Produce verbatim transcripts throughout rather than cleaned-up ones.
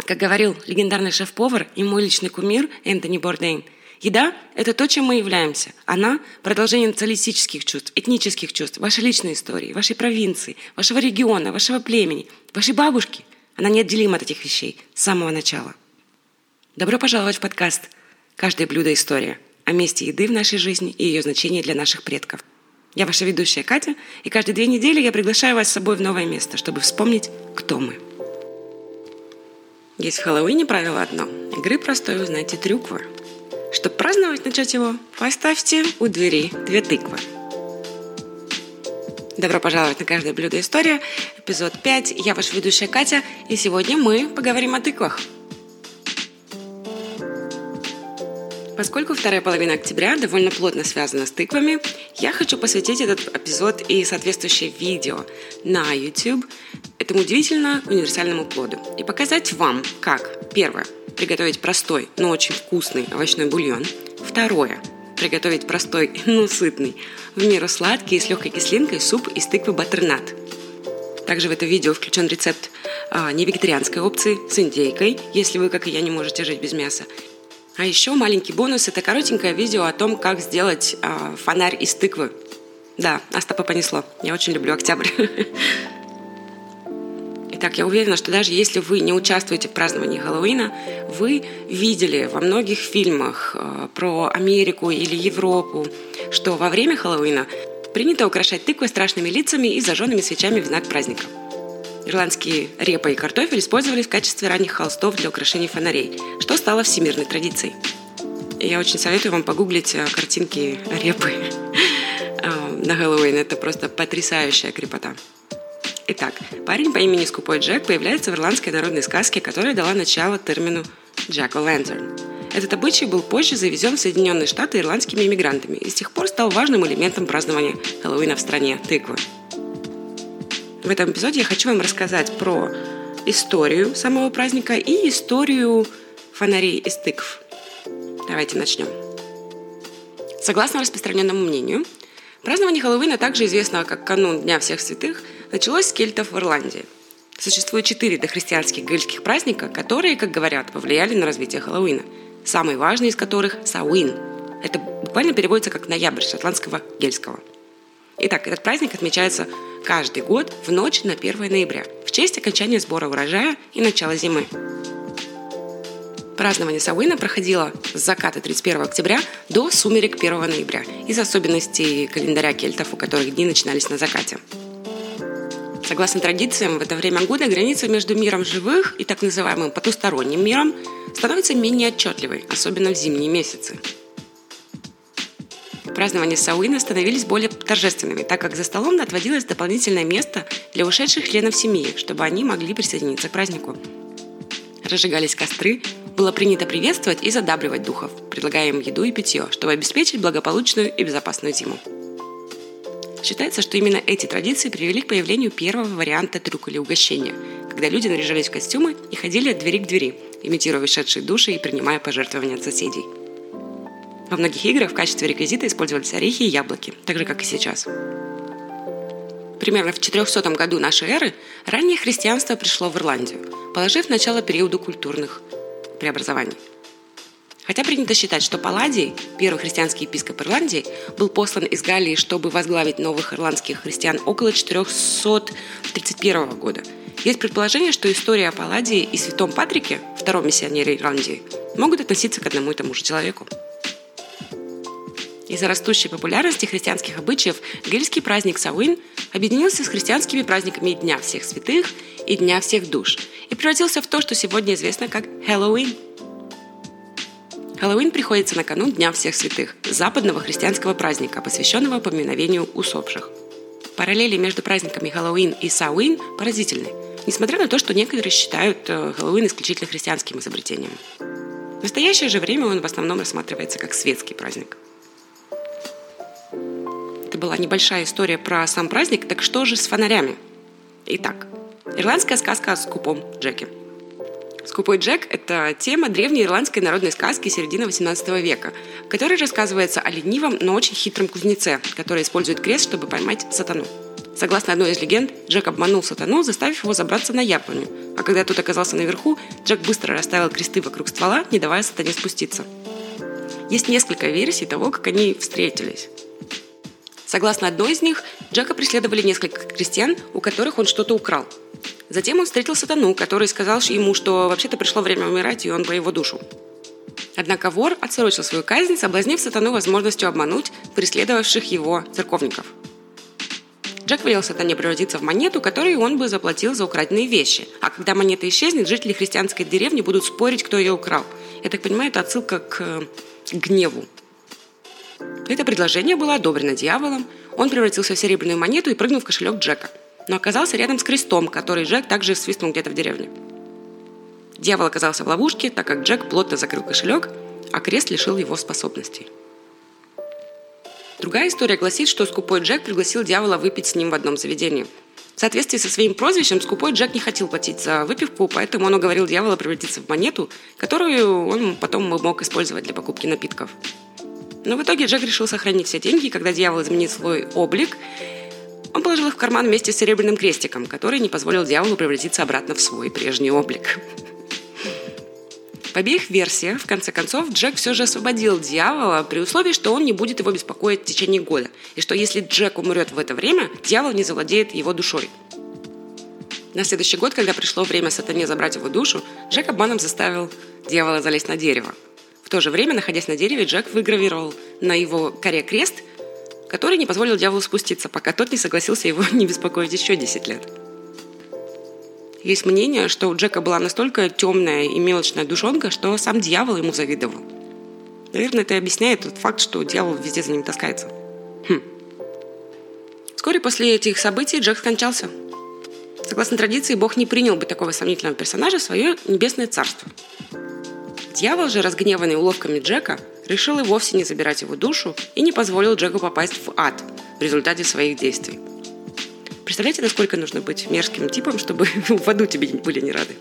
Как говорил легендарный шеф-повар и мой личный кумир Энтони Бордейн, еда – это то, чем мы являемся. Она – продолжение националистических чувств, этнических чувств, вашей личной истории, вашей провинции, вашего региона, вашего племени, вашей бабушки. Она неотделима от этих вещей с самого начала. Добро пожаловать в подкаст «Каждое блюдо – история» о месте еды в нашей жизни и ее значении для наших предков. Я ваша ведущая Катя, и каждые две недели я приглашаю вас с собой в новое место, чтобы вспомнить, кто мы. Есть в Хэллоуине правило одно – игры простой узнайте трюквы. Чтобы праздновать, начать его, поставьте у двери две тыквы. Добро пожаловать на «Каждое блюдо – история», эпизод пять. Я ваша ведущая Катя, и сегодня мы поговорим о тыквах. Поскольку вторая половина октября довольно плотно связана с тыквами, я хочу посвятить этот эпизод и соответствующее видео на YouTube этому удивительно универсальному плоду и показать вам, как, первое, приготовить простой, но очень вкусный овощной бульон, второе, приготовить простой, но сытный, в меру сладкий и с легкой кислинкой суп из тыквы баттернат. Также в это видео включен рецепт а, невегетарианской опции с индейкой, если вы, как и я, не можете жить без мяса. А еще маленький бонус – это коротенькое видео о том, как сделать э, фонарь из тыквы. Да, Остапа понесло. Я очень люблю октябрь. Итак, я уверена, что даже если вы не участвуете в праздновании Хэллоуина, вы видели во многих фильмах э, про Америку или Европу, что во время Хэллоуина принято украшать тыквы страшными лицами и зажженными свечами в знак праздника. Ирландские репа и картофель использовались в качестве ранних холстов для украшений фонарей, что стало всемирной традицией. Я очень советую вам погуглить картинки репы на Хэллоуин. Это просто потрясающая крепота. Итак, парень по имени Скупой Джек появляется в ирландской народной сказке, которая дала начало термину «Jack-o'-lantern». Этот обычай был позже завезен в Соединенные Штаты ирландскими иммигрантами и с тех пор стал важным элементом празднования Хэллоуина в стране тыквы. В этом эпизоде я хочу вам рассказать про историю самого праздника и историю фонарей из тыкв. Давайте начнем. Согласно распространенному мнению, празднование Хэллоуина, также известного как канун Дня всех святых, началось с кельтов в Ирландии. Существует четыре дохристианских гельских праздника, которые, как говорят, повлияли на развитие Хэллоуина. Самый важный из которых – Самайн. Это буквально переводится как ноябрь с шотландского гельского. Итак, этот праздник отмечается каждый год в ночь на первое ноября, в честь окончания сбора урожая и начала зимы. Празднование Самайна проходило с заката тридцать первого октября до сумерек первого ноября, из особенностей календаря кельтов, у которых дни начинались на закате. Согласно традициям, в это время года граница между миром живых и так называемым потусторонним миром становится менее отчетливой, особенно в зимние месяцы. Празднования Самайна становились более торжественными, так как за столом отводилось дополнительное место для ушедших членов семьи, чтобы они могли присоединиться к празднику. Разжигались костры, было принято приветствовать и задабривать духов, предлагая им еду и питье, чтобы обеспечить благополучную и безопасную зиму. Считается, что именно эти традиции привели к появлению первого варианта трюка или угощения, когда люди наряжались в костюмы и ходили от двери к двери, имитируя ушедшие души и принимая пожертвования от соседей. Во многих играх в качестве реквизита использовались орехи и яблоки, так же, как и сейчас. Примерно в четырехсотом году нашей эры раннее христианство пришло в Ирландию, положив начало периоду культурных преобразований. Хотя принято считать, что Палладий, первый христианский епископ Ирландии, был послан из Галлии, чтобы возглавить новых ирландских христиан около четырехсот тридцать первого года. Есть предположение, что история о Палладии и святом Патрике, втором миссионере Ирландии, могут относиться к одному и тому же человеку. Из-за растущей популярности христианских обычаев гельский праздник Самайн объединился с христианскими праздниками Дня всех святых и Дня всех душ и превратился в то, что сегодня известно как Хэллоуин. Хэллоуин приходится на канун Дня всех святых, западного христианского праздника, посвященного поминовению усопших. Параллели между праздниками Хэллоуин и Самайн поразительны, несмотря на то, что некоторые считают Хэллоуин исключительно христианским изобретением. В настоящее же время он в основном рассматривается как светский праздник. Это была небольшая история про сам праздник, так что же с фонарями? Итак, ирландская сказка о скупом Джеке. Скупой Джек – это тема древней ирландской народной сказки середины восемнадцатого века, в которой рассказывается о ленивом, но очень хитром кузнеце, который использует крест, чтобы поймать сатану. Согласно одной из легенд, Джек обманул сатану, заставив его забраться на яблоню, а когда тот оказался наверху, Джек быстро расставил кресты вокруг ствола, не давая сатане спуститься. Есть несколько версий того, как они встретились. Согласно одной из них, Джека преследовали несколько крестьян, у которых он что-то украл. Затем он встретил сатану, который сказал ему, что вообще-то пришло время умирать, и он по его душу. Однако вор отсрочил свою казнь, соблазнив сатану возможностью обмануть преследовавших его церковников. Джек велел сатане превратиться в монету, которую он бы заплатил за украденные вещи. А когда монета исчезнет, жители христианской деревни будут спорить, кто ее украл. Я так понимаю, это отсылка к гневу. Это предложение было одобрено дьяволом. Он превратился в серебряную монету и прыгнул в кошелек Джека, но оказался рядом с крестом, который Джек также свистнул где-то в деревне. Дьявол оказался в ловушке, так как Джек плотно закрыл кошелек, а крест лишил его способностей. Другая история гласит, что скупой Джек пригласил дьявола выпить с ним в одном заведении. В соответствии со своим прозвищем, скупой Джек не хотел платить за выпивку, поэтому он уговорил дьявола превратиться в монету, которую он потом мог использовать для покупки напитков. Но в итоге Джек решил сохранить все деньги, и когда дьявол изменил свой облик, он положил их в карман вместе с серебряным крестиком, который не позволил дьяволу превратиться обратно в свой прежний облик. В обеих версиях, в конце концов, Джек все же освободил дьявола при условии, что он не будет его беспокоить в течение года, и что если Джек умрет в это время, дьявол не завладеет его душой. На следующий год, когда пришло время сатане забрать его душу, Джек обманом заставил дьявола залезть на дерево. В то же время, находясь на дереве, Джек выгравировал на его коре крест, который не позволил дьяволу спуститься, пока тот не согласился его не беспокоить еще десять лет. Есть мнение, что у Джека была настолько темная и мелочная душонка, что сам дьявол ему завидовал. Наверное, это объясняет тот факт, что дьявол везде за ним таскается. Хм. Вскоре после этих событий Джек скончался. Согласно традиции, Бог не принял бы такого сомнительного персонажа в свое небесное царство. Дьявол же, разгневанный уловками Джека, решил и вовсе не забирать его душу и не позволил Джеку попасть в ад в результате своих действий. Представляете, насколько нужно быть мерзким типом, чтобы в аду тебе были не рады?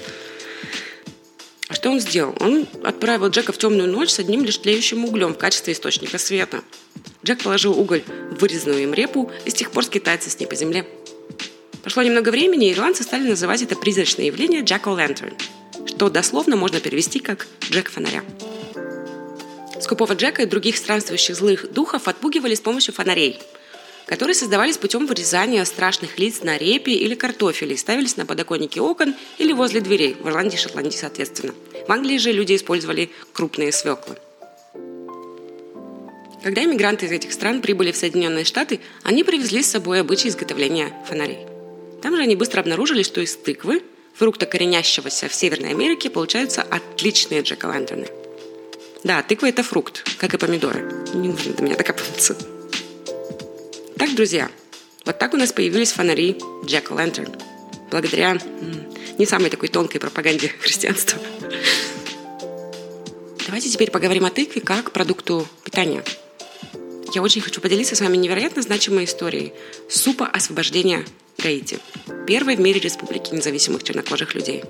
А что он сделал? Он отправил Джека в темную ночь с одним лишь тлеющим углем в качестве источника света. Джек положил уголь в вырезанную им репу и с тех пор скитается с ней по земле. Прошло немного времени, и ирландцы стали называть это призрачное явление Jack-o'-lantern, что дословно можно перевести как «Джек фонаря». Скупого Джека и других странствующих злых духов отпугивали с помощью фонарей, которые создавались путем вырезания страшных лиц на репе или картофеле и ставились на подоконнике окон или возле дверей, в Ирландии и Шотландии соответственно. В Англии же люди использовали крупные свеклы. Когда иммигранты из этих стран прибыли в Соединенные Штаты, они привезли с собой обычай изготовления фонарей. Там же они быстро обнаружили, что из тыквы, фрукта, коренящегося в Северной Америке, получаются отличные джек-о'-лантерны. Да, тыква – это фрукт, как и помидоры. Не нужно до меня докапываться. Так, друзья, вот так у нас появились фонари Jack-o'-lantern. Благодаря м, не самой такой тонкой пропаганде христианства. Давайте теперь поговорим о тыкве как продукту питания. Я очень хочу поделиться с вами невероятно значимой историей супа освобождения Гаити, первой в мире республики независимых чернокожих людей.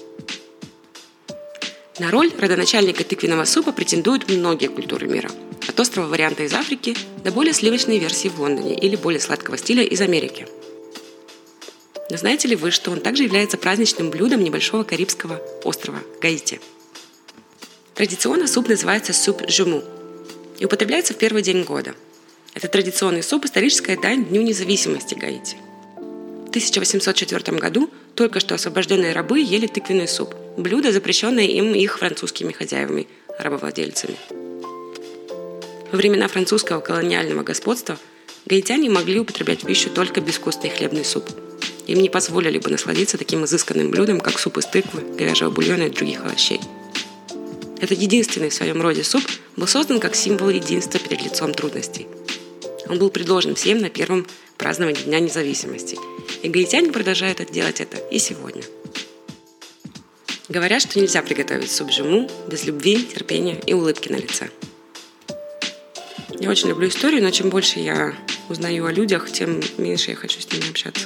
На роль родоначальника тыквенного супа претендуют многие культуры мира. От острого варианта из Африки до более сливочной версии в Лондоне или более сладкого стиля из Америки. Но знаете ли вы, что он также является праздничным блюдом небольшого карибского острова Гаити? Традиционно суп называется суп жуму и употребляется в первый день года. Это традиционный суп – историческая дань Дню независимости Гаити. В тысяча восемьсот четвёртом году только что освобожденные рабы ели тыквенный суп – блюдо, запрещенное им их французскими хозяевами, рабовладельцами. Во времена французского колониального господства гаитяне могли употреблять в пищу только безвкусный хлебный суп. Им не позволили бы насладиться таким изысканным блюдом, как суп из тыквы, говяжьего бульона и других овощей. Этот единственный в своем роде суп был создан как символ единства перед лицом трудностей. Он был предложен всем на первом праздновании Дня независимости, и гаитяне продолжают делать это и сегодня. Говорят, что нельзя приготовить суп жуму без любви, терпения и улыбки на лице. Я очень люблю историю, но чем больше я узнаю о людях, тем меньше я хочу с ними общаться.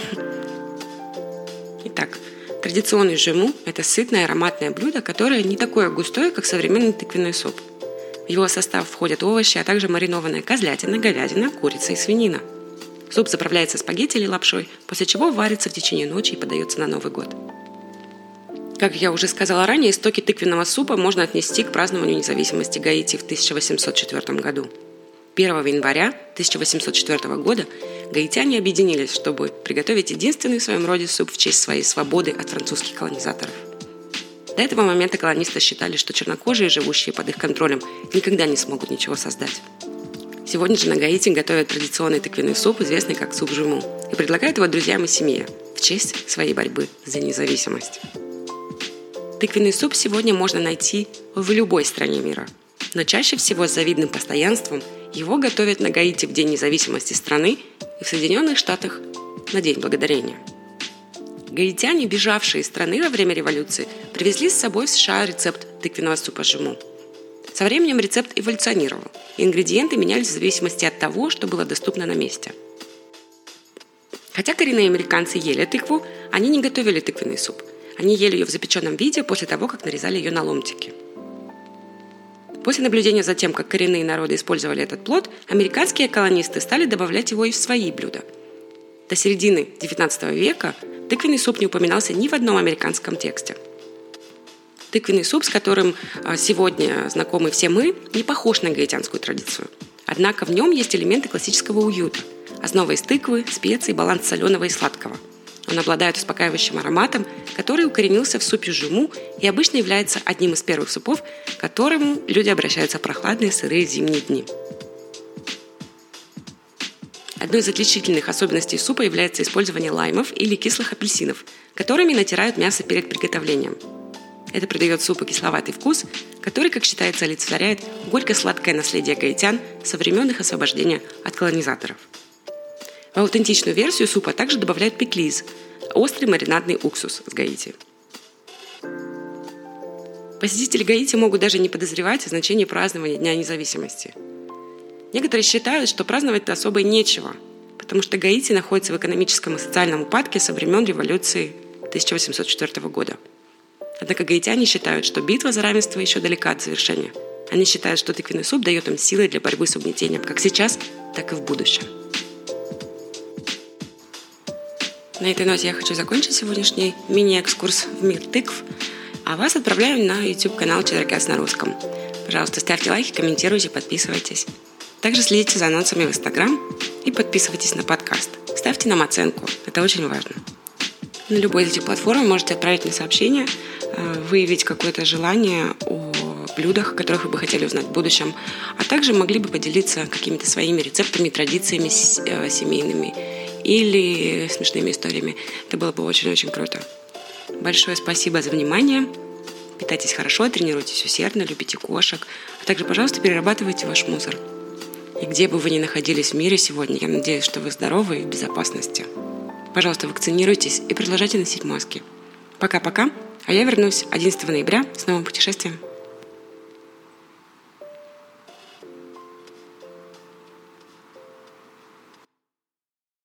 Итак, традиционный жуму – это сытное ароматное блюдо, которое не такое густое, как современный тыквенный суп. В его состав входят овощи, а также маринованная козлятина, говядина, курица и свинина. Суп заправляется спагетти или лапшой, после чего варится в течение ночи и подается на Новый год. Как я уже сказала ранее, истоки тыквенного супа можно отнести к празднованию независимости Гаити в тысяча восемьсот четвёртом году. первого января тысяча восемьсот четвёртого года гаитяне объединились, чтобы приготовить единственный в своем роде суп в честь своей свободы от французских колонизаторов. До этого момента колонисты считали, что чернокожие, живущие под их контролем, никогда не смогут ничего создать. Сегодня же на Гаити готовят традиционный тыквенный суп, известный как суп жуму, и предлагают его друзьям и семье в честь своей борьбы за независимость. Тыквенный суп сегодня можно найти в любой стране мира, но чаще всего с завидным постоянством его готовят на Гаити в День независимости страны и в Соединенных Штатах на День Благодарения. Гаитяне, бежавшие из страны во время революции, привезли с собой в США рецепт тыквенного супа жуму. Со временем рецепт эволюционировал, и ингредиенты менялись в зависимости от того, что было доступно на месте. Хотя коренные американцы ели тыкву, они не готовили тыквенный суп. Они ели ее в запеченном виде после того, как нарезали ее на ломтики. После наблюдения за тем, как коренные народы использовали этот плод, американские колонисты стали добавлять его и в свои блюда. До середины девятнадцатого века тыквенный суп не упоминался ни в одном американском тексте. Тыквенный суп, с которым сегодня знакомы все мы, не похож на гаитянскую традицию. Однако в нем есть элементы классического уюта. Основа из тыквы, специй, баланс соленого и сладкого. Он обладает успокаивающим ароматом, который укоренился в супе жуму и обычно является одним из первых супов, к которому люди обращаются в прохладные сырые зимние дни. Одной из отличительных особенностей супа является использование лаймов или кислых апельсинов, которыми натирают мясо перед приготовлением. Это придает супу кисловатый вкус, который, как считается, олицетворяет горько-сладкое наследие гаитян со времен их освобождения от колонизаторов. В аутентичную версию супа также добавляют пеклиз – острый маринадный уксус с Гаити. Посетители Гаити могут даже не подозревать о значении празднования Дня независимости. Некоторые считают, что праздновать особо и нечего, потому что Гаити находится в экономическом и социальном упадке со времен революции тысяча восемьсот четвёртого года. Однако гаитяне считают, что битва за равенство еще далека от завершения. Они считают, что тыквенный суп дает им силы для борьбы с угнетением как сейчас, так и в будущем. На этой ноте я хочу закончить сегодняшний мини-экскурс в мир тыкв, а вас отправляю на YouTube-канал «Чедракяс» на русском. Пожалуйста, ставьте лайки, комментируйте, подписывайтесь. Также следите за анонсами в Instagram и подписывайтесь на подкаст. Ставьте нам оценку, это очень важно. На любой из этих платформ можете отправить мне сообщение, выявить какое-то желание о блюдах, о которых вы бы хотели узнать в будущем, а также могли бы поделиться какими-то своими рецептами, традициями семейными или смешными историями. Это было бы очень-очень круто. Большое спасибо за внимание. Питайтесь хорошо, тренируйтесь усердно, любите кошек, а также, пожалуйста, перерабатывайте ваш мусор. И где бы вы ни находились в мире сегодня, я надеюсь, что вы здоровы и в безопасности. Пожалуйста, вакцинируйтесь и продолжайте носить маски. Пока-пока, а я вернусь одиннадцатого ноября с новым путешествием.